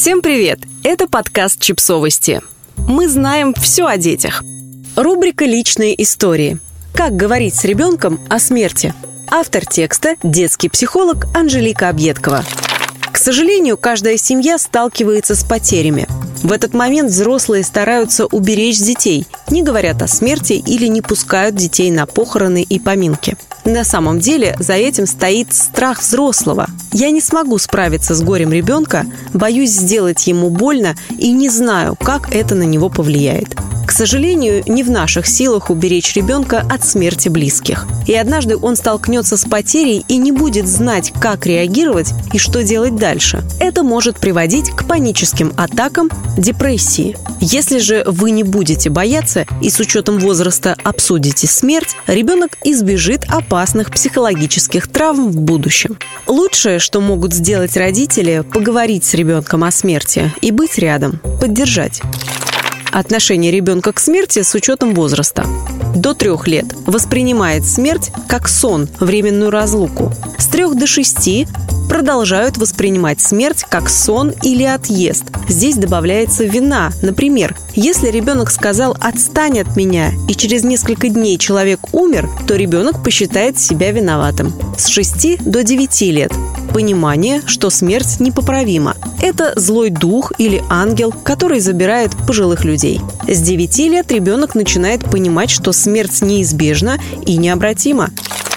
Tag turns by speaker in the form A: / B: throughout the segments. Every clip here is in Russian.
A: Всем привет! Это подкаст «Чипсовости». Мы знаем все о детях. Рубрика «Личные истории». Как говорить с ребенком о смерти? Автор текста – детский психолог Анжелика Объедкова. К сожалению, каждая семья сталкивается с потерями. В этот момент взрослые стараются уберечь детей, не говорят о смерти или не пускают детей на похороны и поминки. На самом деле за этим стоит страх взрослого. Я не смогу справиться с горем ребенка, боюсь сделать ему больно и не знаю, как это на него повлияет. К сожалению, не в наших силах уберечь ребенка от смерти близких. И однажды он столкнется с потерей и не будет знать, как реагировать и что делать дальше. Это может приводить к паническим атакам, депрессии. Если же вы не будете бояться и с учетом возраста обсудите смерть, ребенок избежит опасных психологических травм в будущем. Лучшее, что могут сделать родители, поговорить с ребенком о смерти и быть рядом, поддержать. Отношение ребенка к смерти с учетом возраста. До 3 лет воспринимает смерть как сон, временную разлуку. С 3 до 6 продолжают воспринимать смерть как сон или отъезд. Здесь добавляется вина. Например, если ребенок сказал «отстань от меня» и через несколько дней человек умер, то ребенок посчитает себя виноватым. С 6 до 9 лет понимание, что смерть непоправима. Это злой дух или ангел, который забирает пожилых людей. С 9 лет ребенок начинает понимать, что смерть неизбежна и необратима.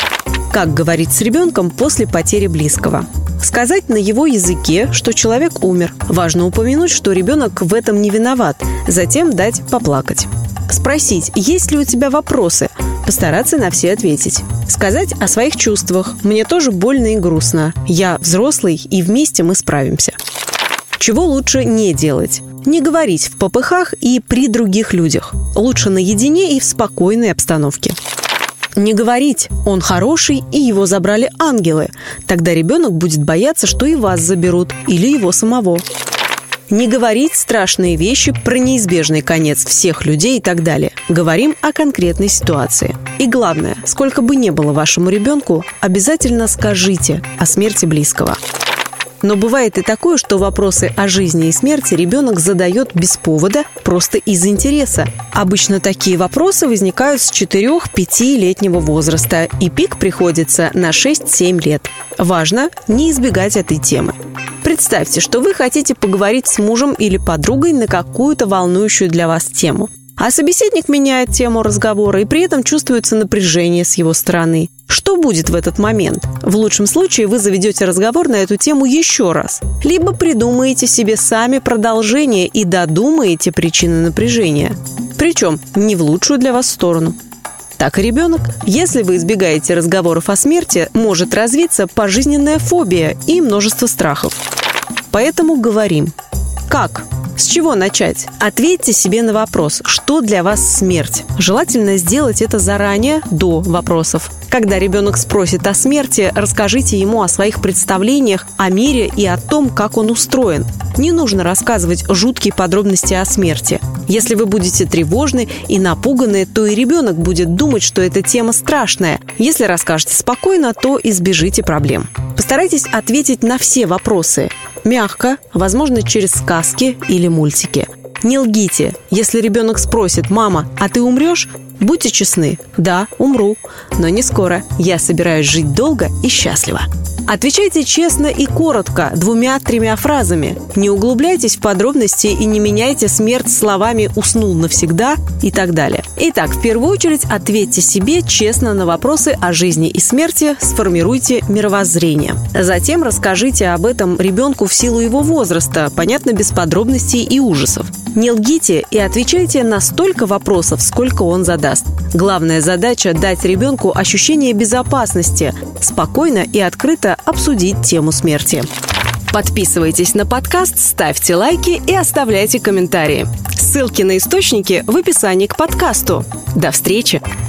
A: Как говорить с ребенком после потери близкого? Сказать на его языке, что человек умер. Важно упомянуть, что ребенок в этом не виноват. Затем дать поплакать. Спросить, есть ли у тебя вопросы. Постараться на все ответить. Сказать о своих чувствах. Мне тоже больно и грустно. Я взрослый, и вместе мы справимся. Чего лучше не делать? Не говорить в попыхах и при других людях. Лучше наедине и в спокойной обстановке. Не говорить «он хороший, и его забрали ангелы». Тогда ребенок будет бояться, что и вас заберут, или его самого. Не говорить страшные вещи про неизбежный конец всех людей и так далее. Говорим о конкретной ситуации. И главное, сколько бы ни было вашему ребенку, обязательно скажите о смерти близкого. Но бывает и такое, что вопросы о жизни и смерти ребенок задает без повода, просто из интереса. Обычно такие вопросы возникают с 4-5-летнего возраста, и пик приходится на 6-7 лет. Важно не избегать этой темы. Представьте, что вы хотите поговорить с мужем или подругой на какую-то волнующую для вас тему. А собеседник меняет тему разговора, и при этом чувствуется напряжение с его стороны. Что будет в этот момент? В лучшем случае вы заведете разговор на эту тему еще раз. Либо придумаете себе сами продолжение и додумаете причины напряжения. Причем не в лучшую для вас сторону. Так и ребенок. Если вы избегаете разговоров о смерти, может развиться пожизненная фобия и множество страхов. Поэтому говорим. Как? С чего начать? Ответьте себе на вопрос, что для вас смерть. Желательно сделать это заранее, до вопросов. Когда ребенок спросит о смерти, расскажите ему о своих представлениях о мире и о том, как он устроен. Не нужно рассказывать жуткие подробности о смерти. Если вы будете тревожны и напуганы, то и ребенок будет думать, что эта тема страшная. Если расскажете спокойно, то избежите проблем. Постарайтесь ответить на все вопросы. Мягко, возможно, через сказки или мультики. Не лгите. Если ребенок спросит: «Мама, а ты умрешь?» Будьте честны. Да, умру, но не скоро. Я собираюсь жить долго и счастливо. Отвечайте честно и коротко, 2-3 фразами. Не углубляйтесь в подробности и не меняйте смерть словами «уснул навсегда» и так далее. Итак, в первую очередь ответьте себе честно на вопросы о жизни и смерти, сформируйте мировоззрение. Затем расскажите об этом ребенку в силу его возраста, понятно, без подробностей и ужасов. Не лгите и отвечайте на столько вопросов, сколько он задаст. Главная задача – дать ребенку ощущение безопасности, спокойно и открыто обсудить тему смерти. Подписывайтесь на подкаст, ставьте лайки и оставляйте комментарии. Ссылки на источники в описании к подкасту. До встречи!